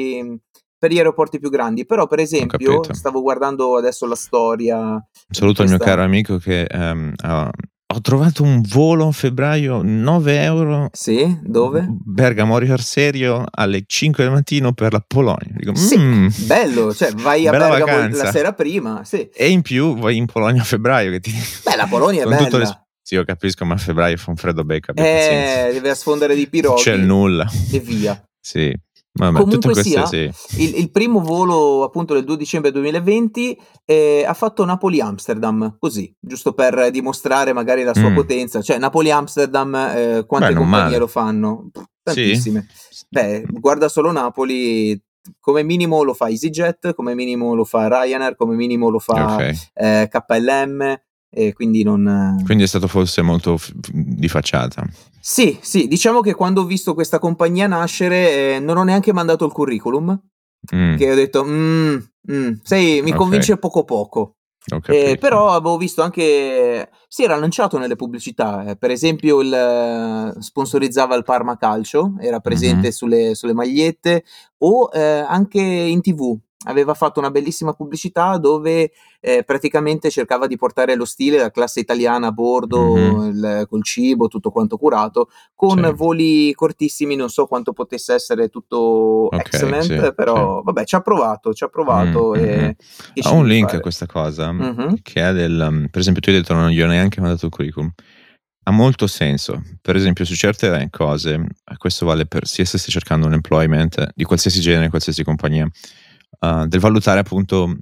per gli aeroporti più grandi, però per ho esempio, capito. stavo guardando adesso la storia Un di saluto al mio questa caro amico che, ha ho trovato un volo a febbraio, 9 € sì? Dove? Bergamo Orsero alle 5 del mattino per la Polonia. Dico: Sì, bello, cioè vai a bella Bergamo la vacanza." sera prima, sì. E in più vai in Polonia a febbraio che ti Beh, la Polonia è con tutto bella. sì, ho capisco, ma a febbraio fa un freddo becco, abbi pazienza. Deve a sfondere di Non c'è il piroghi nulla. e via. Sì, vabbè, tutte Comunque queste sia, sì. il primo volo appunto del 2 dicembre 2020, ha fatto Napoli-Amsterdam, così, giusto per dimostrare magari la sua Mh, potenza. Cioè Napoli-Amsterdam, beh, quante non compagnie male. lo fanno? Sì? Tantissime. Beh, guarda solo Napoli, come minimo lo fa EasyJet, come minimo lo fa Ryanair, come minimo lo fa, Okay. KLM e quindi non Quindi è stato forse molto di facciata. sì, sì, diciamo che quando ho visto questa compagnia nascere, non ho neanche mandato il curriculum, Mh, che ho detto: sai mi okay, convince poco poco". ho capito. Però avevo visto anche si era lanciato nelle pubblicità, per esempio sponsorizzava il Parma Calcio, era Mh-mh. presente sulle magliette o, anche in TV. Aveva fatto una bellissima pubblicità dove, praticamente cercava di portare lo stile, la classe italiana a Mh-mh. bordo, col cibo, tutto quanto curato, Sì, con voli cortissimi, non so quanto potesse essere tutto okay, sì, excellent, sì. però vabbè ci ha provato Mh. e che Ho ci un devi link a fare? questa cosa, Mh-mh. che ha per esempio tu hai detto non gli ho neanche mandato il curriculum. Ha molto senso. Per esempio su certe cose, questo vale per sia se stai cercando un employment di qualsiasi genere, qualsiasi compagnia, del valutare appunto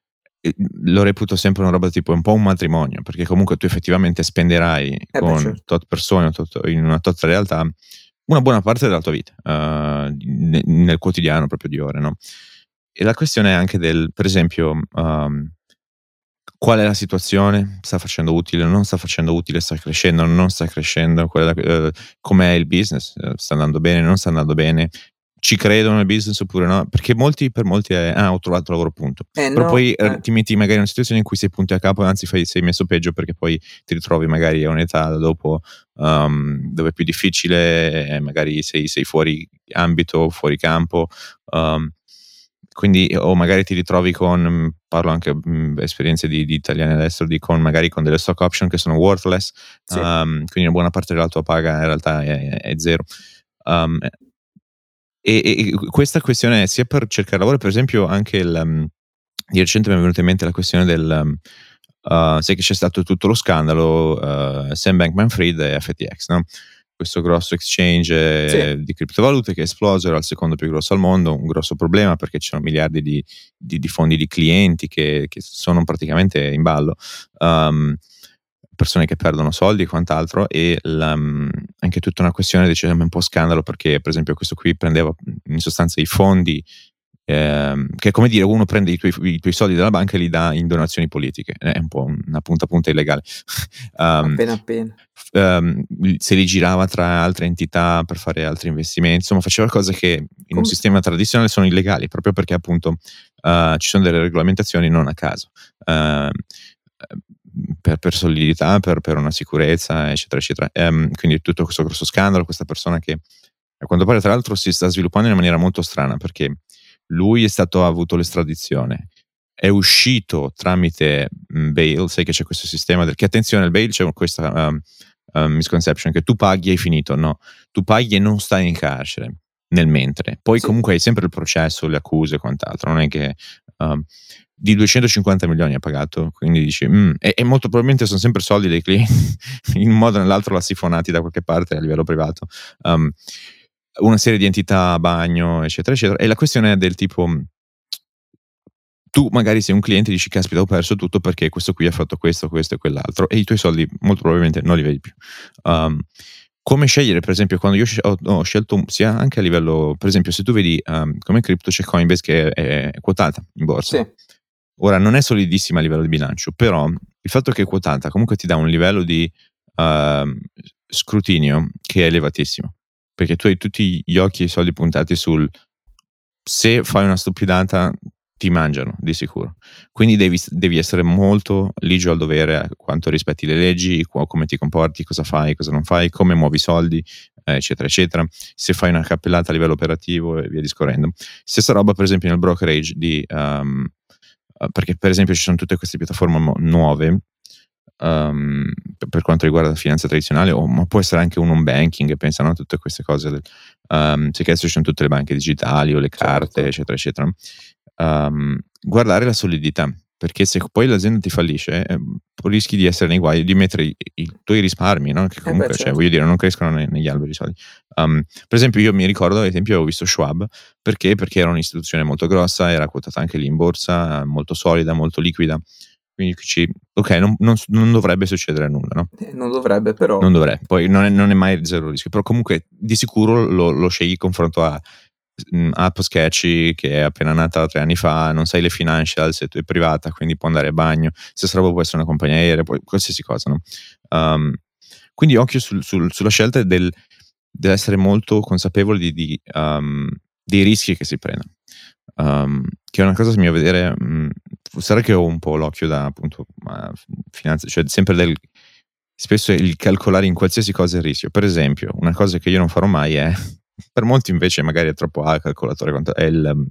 lo reputo sempre una roba tipo un po' un matrimonio, perché comunque tu effettivamente spenderai Eh beh, con certo. tot persone o in una tot realtà una buona parte della tua vita, nel quotidiano proprio di ore, no, E la questione è anche del, per esempio, qual è la situazione? Sta facendo utile, non sta facendo utile, sta crescendo, non sta crescendo, com'è il business? Sta andando bene, non sta andando bene? Ci credono nel business oppure no? Perché per molti è: "Ah, ho trovato lavoro, punto". Però No, poi, ti metti magari in una situazione in cui sei punto e a capo, anzi sei messo peggio, perché poi ti ritrovi magari a un'età dopo, dove è più difficile, magari sei fuori ambito, fuori campo, quindi, o magari ti ritrovi con, parlo anche, esperienze di italiani all'estero, magari con delle stock option che sono worthless, sì. quindi una buona parte della tua paga in realtà è 0. Um, e questa questione, sia per cercare lavoro, per esempio anche di recente mi è venuta in mente la questione sai che c'è stato tutto lo scandalo, Sam Bankman-Fried e FTX, no, questo grosso exchange, Sì. di criptovalute che è esploso, era il secondo più grosso al mondo, un grosso problema perché ci sono miliardi di fondi di clienti che sono praticamente in ballo, persone che perdono soldi e quant'altro, e anche tutta una questione decisamente un po' scandalo, perché per esempio questo qui prendeva, in sostanza, i fondi, che è come dire uno prende i tuoi soldi dalla banca e li dà in donazioni politiche, è un po' una punta a punta illegale. Um, Appena, appena. Se li girava tra altre entità per fare altri investimenti, insomma faceva cose che in un Com sistema tradizionale sono illegali, proprio perché appunto, ci sono delle regolamentazioni non a caso, per solidità, per una sicurezza, eccetera, eccetera. Quindi tutto questo grosso scandalo, questa persona che a quanto pare tra l'altro si sta sviluppando in una maniera molto strana, perché lui ha avuto l'estradizione, è uscito tramite, bail. Sai che c'è questo sistema che, attenzione, il bail, c'è questa, misconception che tu paghi e hai finito. No, tu paghi e non stai in carcere nel mentre. Poi Sì. comunque hai sempre il processo, le accuse e quant'altro, non è che, di 250 milioni ha pagato, quindi dici, e molto probabilmente sono sempre soldi dei clienti, in un modo o nell'altro l'ha sifonati da qualche parte a livello privato. Una serie di entità a bagno, eccetera, eccetera. E la questione è del tipo, tu magari sei un cliente e dici: "Caspita, ho perso tutto perché questo qui ha fatto questo, questo e quell'altro", e i tuoi soldi molto probabilmente non li vedi più. Come scegliere, per esempio, quando io ho scelto, sia anche a livello, per esempio, se tu vedi, come cripto c'è Coinbase che è quotata in borsa. Sì. Ora non è solidissima a livello di bilancio, però il fatto che è quotata comunque ti dà un livello di, scrutinio che è elevatissimo, perché tu hai tutti gli occhi e i soldi puntati se fai una stupidata ti mangiano di sicuro. Quindi devi essere molto ligio al dovere a quanto rispetti le leggi, come ti comporti, cosa fai, cosa non fai, come muovi i soldi, eccetera, eccetera. Se fai una cappellata a livello operativo e via discorrendo. Stessa roba per esempio nel brokerage perché per esempio ci sono tutte queste piattaforme nuove, per quanto riguarda la finanza tradizionale, ma può essere anche un home banking, pensano a tutte queste cose, sai che adesso ci sono tutte le banche digitali o le carte, Certo. eccetera, eccetera. Guardare la solidità, perché se poi l'azienda ti fallisce, rischi di essere nei guai, di mettere i tuoi risparmi, no, che Beh, comunque, cioè, certo. voglio dire, non crescono negli alberi i soldi. Per esempio io mi ricordo, ad esempio, avevo visto Schwab, perché era un'istituzione molto grossa, era quotata anche lì in borsa, molto solida, molto liquida. Quindi dici: "Okay, non dovrebbe succedere nulla", no? Non dovrebbe, però Non dovrebbe. Poi non è mai 0 rischio, però comunque di sicuro lo scegli in confronto a, app sketchy che è appena nata 3 anni fa, non sai le financials e tu è privata, quindi può andare a bagno. Stessa roba può essere una compagnia aerea, poi qualsiasi cosa, no? Uhm, quindi occhio sulla scelta dell'essere molto consapevoli dei rischi che si prendono. Che è una cosa, a mio vedere, sarà che ho un po' l'occhio da, appunto, finanza, cioè sempre spesso il calcolare in qualsiasi cosa il rischio. Per esempio, una cosa che io non farò mai è per molti invece magari è troppo calcolatore, è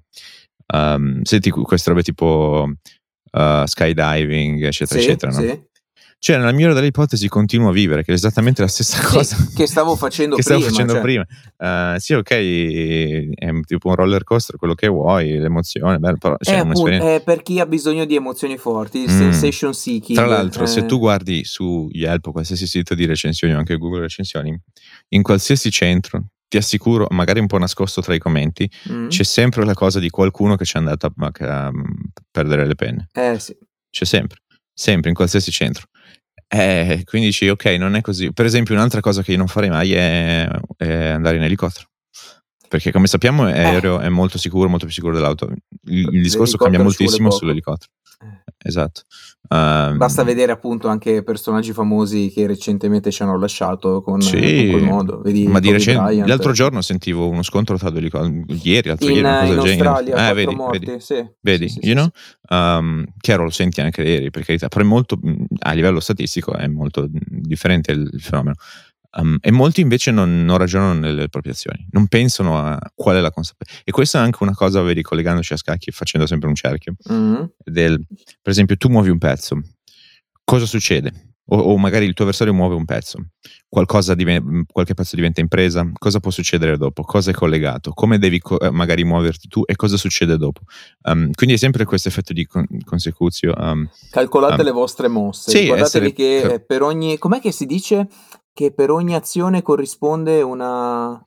senti queste robe tipo, skydiving, eccetera, sì, eccetera, no? sì. Cioè, nella migliore delle ipotesi continuo a vivere, che è esattamente la stessa cosa Sì, che stavo facendo che stavo prima, facendo cioè prima. Sì, okay, è tipo un roller coaster, quello che vuoi, l'emozione, bello, però cioè è è per chi ha bisogno di emozioni forti, il mh. sensation Tra seeking, l'altro, se tu guardi su Yelp o qualsiasi sito di recensioni o anche Google Recensioni, in qualsiasi centro, ti assicuro, magari un po' nascosto tra i commenti, mh, c'è sempre la cosa di qualcuno che c'è andato a perdere le penne. sì. C'è sempre, sempre in qualsiasi centro. Quindi dici: "Okay, non è così". Per esempio un'altra cosa che io non farei mai è andare in elicottero. perché come sappiamo l'aereo è molto sicuro, molto più sicuro dell'auto. Il discorso cambia L'elicottero ci vuole moltissimo poco. sull'elicottero. Esatto. Basta vedere appunto anche personaggi famosi che recentemente ci hanno lasciato con quel Sì, modo. Vedi ma di Kobe Bryant. l'altro giorno sentivo uno scontro tra 2 l'altro In ieri, una cosa in del genere. Australia 4 Vedi, vedi, morti, sì. Sì, vedi, sì, you sì, know? sì. Chiaro, lo senti anche ieri, per carità, però è molto a livello statistico è molto differente il fenomeno. E molti invece non ragionano nelle proprie azioni, non pensano a qual è la e questa è anche una cosa, vedi, collegandoci a scacchi, facendo sempre un cerchio, Mh-mh. per esempio tu muovi un pezzo, cosa succede? O magari il tuo avversario muove un pezzo, qualche pezzo diventa impresa, cosa può succedere dopo? Cosa è collegato? Come devi magari muoverti tu e cosa succede dopo? Quindi è sempre questo effetto di consecutio. Calcolate le vostre mosse. Sì, Ricordatevi essere che, per ogni com'è che si dice? Che per ogni azione corrisponde una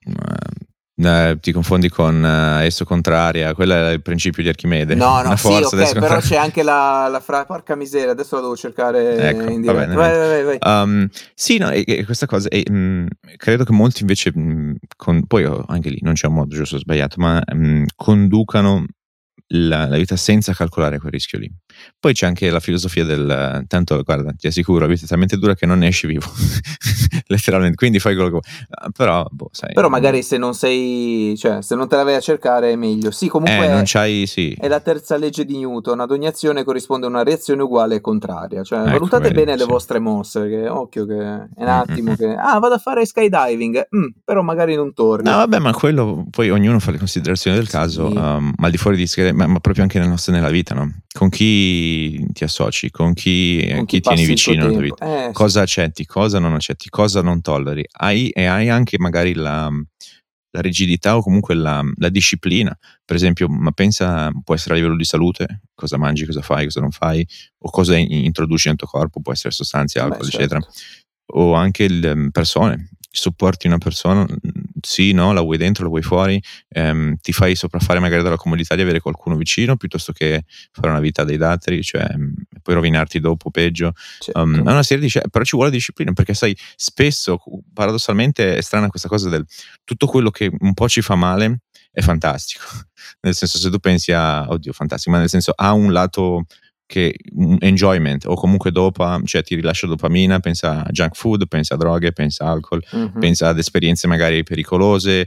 ti confondi con esso contraria, quello è il principio di Archimede, no, no, la sì, forza okay, adesso però contraria. c'è anche la porca miseria, adesso la devo cercare Ecco, in va diretta. bene, Vai, vedi. vai, vai, vai. Sì, no, e questa cosa credo che molti invece, poi anche lì non c'è un modo giusto o sbagliato, ma, conducano la vita senza calcolare quel rischio lì. Poi c'è anche la filosofia del: "Tanto guarda, ti assicuro, la vita è talmente dura che non ne esci vivo." Letteralmente, quindi fai quello che vuoi. Però, boh, sai, Però magari se non sei cioè, se non te la vai a cercare è meglio. Sì, non comunque c'hai sì, è la terza legge di Newton, ad ogni azione corrisponde una reazione uguale e contraria. Cioè, ecco valutate vedi, bene le sì. vostre mosse, perché occhio che è un attimo Mh. che: "Ah, vado a fare skydiving, però magari non No torni." vabbè, ma quello poi ognuno fa le considerazioni del caso, Sì, ma al di fuori di ma proprio anche nella vita, no, con chi ti associ, con con chi chi tieni passi il tuo vicino nella tua tempo. vita, Sì. cosa accetti, cosa non accetti, cosa non tolleri. Hai anche magari la rigidità o comunque la disciplina. Per esempio, ma pensa, può essere a livello di salute, cosa mangi, cosa fai, cosa non fai, o cosa introduci nel tuo corpo, può essere sostanze, Beh, alcol, eccetera. certo. O anche persone. Supporti una persona, sì, no, la vuoi dentro, la vuoi fuori, ti fai sopraffare magari dalla comodità di avere qualcuno vicino, piuttosto che fare una vita dei datteri, cioè, e poi rovinarti dopo peggio. È Certo. una serie di però ci vuole disciplina, perché sai, spesso paradossalmente è strana questa cosa del tutto quello che un po' ci fa male è fantastico. Nel senso, se tu pensi a oddio fantastico, ma nel senso ha un lato che enjoyment o comunque cioè ti rilascia dopamina, pensa a junk food, pensa a droghe, pensa a alcol, Mh-mh. pensa ad esperienze magari pericolose,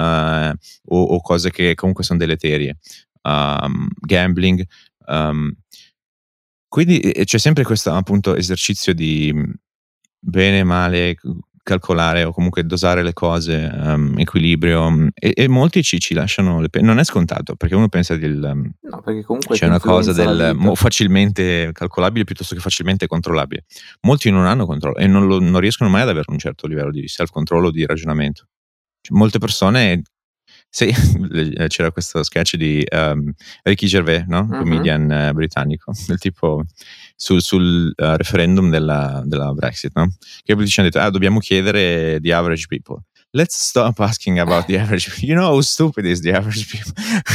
o cose che comunque son deleterie, gambling, uhm, quindi, c'è sempre questo appunto esercizio di, bene, male, calcolare o comunque dosare le cose, equilibrio, e molti ci lasciano le non è scontato, perché uno pensa No, perché comunque c'è ti una cosa influenza la del vita. facilmente calcolabile piuttosto che facilmente controllabile. Molti non hanno controllo e non riescono mai ad avere un certo livello di self-control o di ragionamento. Molte persone sì, c'era questo sketch di, Ricky Gervais, no, Mh-mh. comedian britannico, del tipo sul referendum della Brexit, no, che poi dicevano detto: "Ah, dobbiamo chiedere the average people. Let's stop asking about the average people. You know how stupid is the average people?"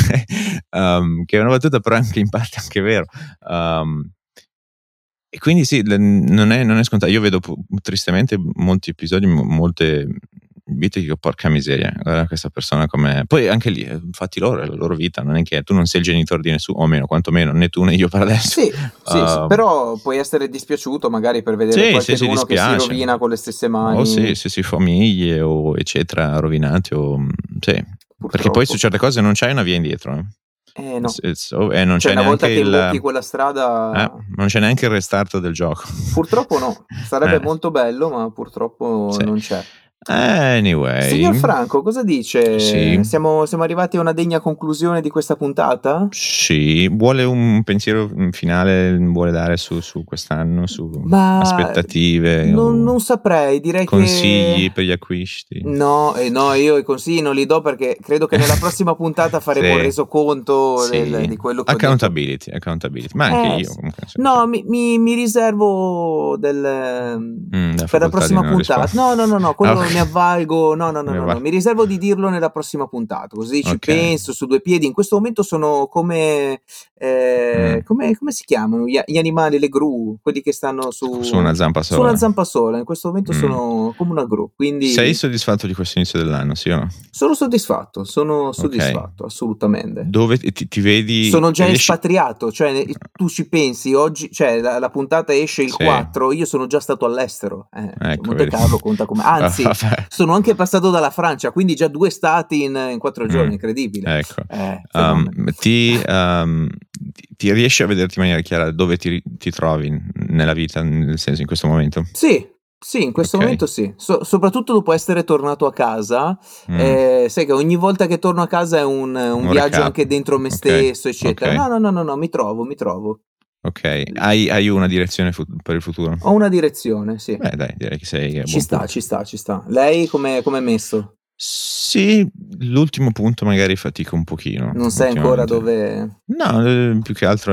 Che è una battuta però anche in parte anche vero. Um, e quindi sì, non è scontato. Io vedo tristemente molti episodi, molte vite, dico: "Porca miseria, guarda questa persona come" poi anche lì, fatti loro, è la loro vita, non è che tu non sei il genitore di nessuno, o meno, quantomeno né tu né io per adesso. Sì, sì, sì, Uhm, però puoi essere dispiaciuto magari per vedere sì, sì, sì, qualcheduno che si dispiace. rovina con le stesse Oh sì, mani, sì, sì, famiglie o eccetera, rovinate o sì, perché poi su purtroppo. certe cose non c'hai una via indietro, eh. No. E non Cioè c'è una neanche volta che il imbocchi quella strada non c'è neanche il restart del gioco. purtroppo no. Sarebbe Eh. molto bello, ma purtroppo Sì. non c'è. Anyway, Signor Franco, cosa sì, dice? Siamo arrivati a una degna conclusione di questa puntata? sì, vuole un pensiero, finale vuole dare su quest'anno, su Ma aspettative non o saprei, direi che consigli per gli acquisti? no, no, io i consigli non li do perché credo che nella prossima puntata faremo il Sì, resoconto sì. di quello che ho detto. Accountability, ma anche io Sì. comunque No, mi riservo la per la facoltà di prossima non rispo punta no, no, no, no, ah quello mi okay, avvalgo no, no, no, ne no, va no, mi riservo di dirlo nella prossima puntata, così ci okay, penso su 2 piedi. In questo momento sono come mh. come si chiamano gli animali, le gru, quelli che stanno Su una zampa su una sola. zampa sola. In questo momento Mh. come una gru, quindi Sei soddisfatto di questo inizio dell'anno, sì o no? sono soddisfatto, Ok. assolutamente. Dove ti vedi, Sono già riesci... espatriato, cioè tu ci pensi, oggi, cioè la puntata esce il Sì, 4, io sono già stato all'estero, cioè ecco, Monte vedi. Carlo conta come, anzi, Vabbè. sono anche passato dalla Francia, quindi già 2 stati in 4 giorni, incredibile. Ecco. Fenomeno. Ti riesci a vederti in maniera chiara dove ti trovi nella vita, nel senso, in questo momento? Sì, in questo Ok. momento sì. Soprattutto dopo essere tornato a casa, sai che ogni volta che torno a casa è un Un viaggio recap. anche dentro me Ok, stesso, eccetera. ok, No, mi trovo. ok. Hai una direzione per il futuro? Ho una direzione, sì. Beh, dai, direi che sei a Ci buon sta, punto. ci sta, ci sta. Lei com'è messo? Sì, l'ultimo punto magari fatico un pochino Non sai ancora ultimamente. dove... No, più che altro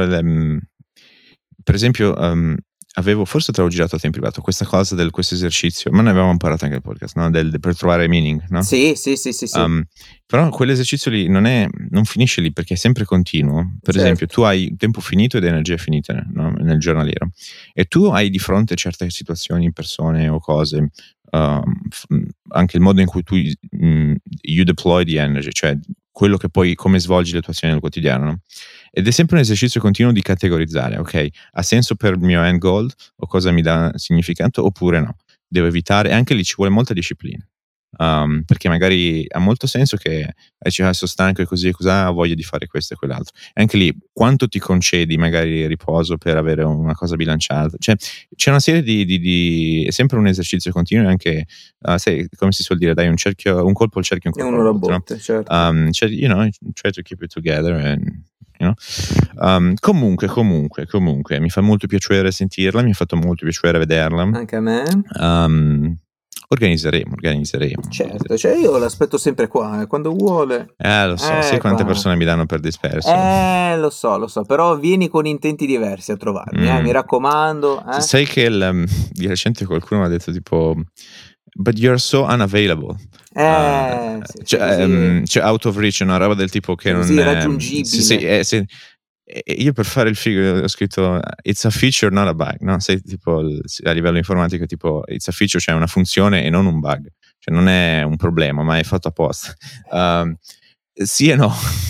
per esempio, forse te l'avevo girato a te in privato, questa cosa questo esercizio, ma ne avevamo parlato anche al podcast, no, per trovare meaning, no? Sì. Però quell'esercizio lì non finisce lì perché è sempre continuo. Per esempio, Certo. tu hai tempo finito ed energie finite, no, nel giornaliero, e tu hai di fronte certe situazioni, persone o cose, anche il modo in cui tu you deploy the energy, cioè quello che poi, come svolgi le tue azioni nel quotidiano, no? Ed è sempre un esercizio continuo di categorizzare, ok, ha senso per il mio end goal o cosa mi dà significato oppure no, devo evitare, e anche lì ci vuole molta disciplina. Perché magari ha molto senso che sono stanco e così e cos'ha, ho voglia di fare questo e quell'altro. E anche lì, quanto ti concedi magari riposo per avere una cosa bilanciata? Cioè, c'è una serie è sempre un esercizio continuo, e anche, sai, come si suol dire, dai un colpo al cerchio, un È colpo uno alla alla volta, no? botte, certo. Cioè, try to keep it together and, comunque, mi fa molto piacere sentirla, mi ha fatto molto piacere vederla. Anche a me. Organizzeremo. Certo, cioè io l'aspetto sempre qua, quando vuole. Lo so, sai quante Qua. persone mi danno per disperso? Lo so, però vieni con intenti diversi a trovarmi, mi raccomando. Sai che di recente qualcuno mi ha detto tipo, but you're so unavailable. Sì, sei Cioè out of reach, una roba del tipo che così non è... irraggiungibile. Sì. E io per fare il figo ho scritto it's a feature not a bug, no? Sei tipo a livello informatico tipo it's a feature, cioè una funzione e non un bug, cioè non è un problema ma è fatto apposta. Sì e no.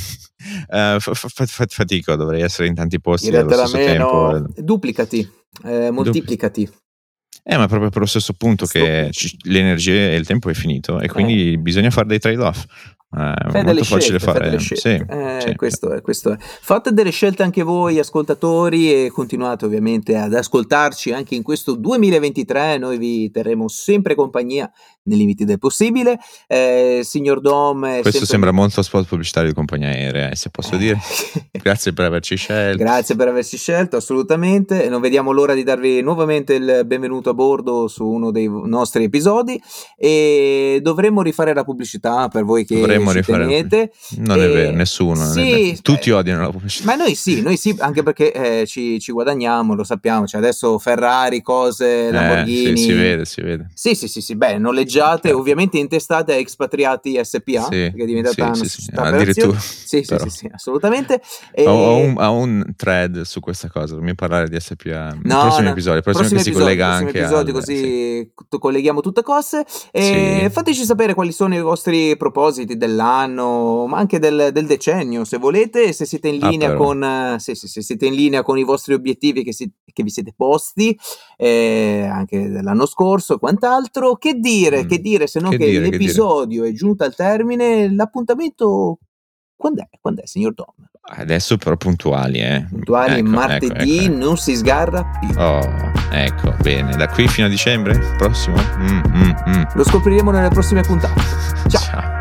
Fatico, dovrei essere in tanti posti allo Direttela stesso tempo. meno, duplicati, moltiplicati. Ma proprio per lo stesso punto che l'energia e il tempo è finito e quindi bisogna fare dei trade-off. Fai Molto facile fare. scelte. Sì. Questo è. Fate delle scelte anche voi ascoltatori e continuate ovviamente ad ascoltarci anche in questo 2023, noi vi terremo sempre compagnia nei limiti del possibile. Signor Dom è Questo sempre... sembra molto spot pubblicitario di compagnia aerea, se posso dire. Grazie per averci scelto. Grazie per averci scelto, assolutamente, e non vediamo l'ora di darvi nuovamente il benvenuto a bordo su uno dei nostri episodi, e dovremmo rifare la pubblicità per voi che ci tenete. Non è vero, nessuno. Sì, tutti odiano la pubblicità. ma noi sì, anche perché ci guadagniamo, lo sappiamo, cioè adesso Ferrari, cose, Lamborghini. Si vede. Sì, beh, noleggiate, ovviamente intestate a Expatriati SPA, perché è diventata una società per addirittura. azioni. Sì, assolutamente. Ho un thread su questa cosa, non mi parlare di SPA. Il prossimo episodio, che si collega anche episodio, così colleghiamo tutte cose. Sì. Fateci sapere quali sono i vostri propositi dell'anno, ma anche del decennio, se volete, se siete in linea se siete in linea con i vostri obiettivi che vi siete posti, anche dell'anno scorso e quant'altro. Che dire se non che l'episodio è giunto al termine. L'appuntamento quando è, signor Dom? Adesso però puntuali, martedì, ecco. non si sgarra più. Ecco, bene. Da qui fino a dicembre? Prossimo? Lo scopriremo nelle prossime puntate. Ciao.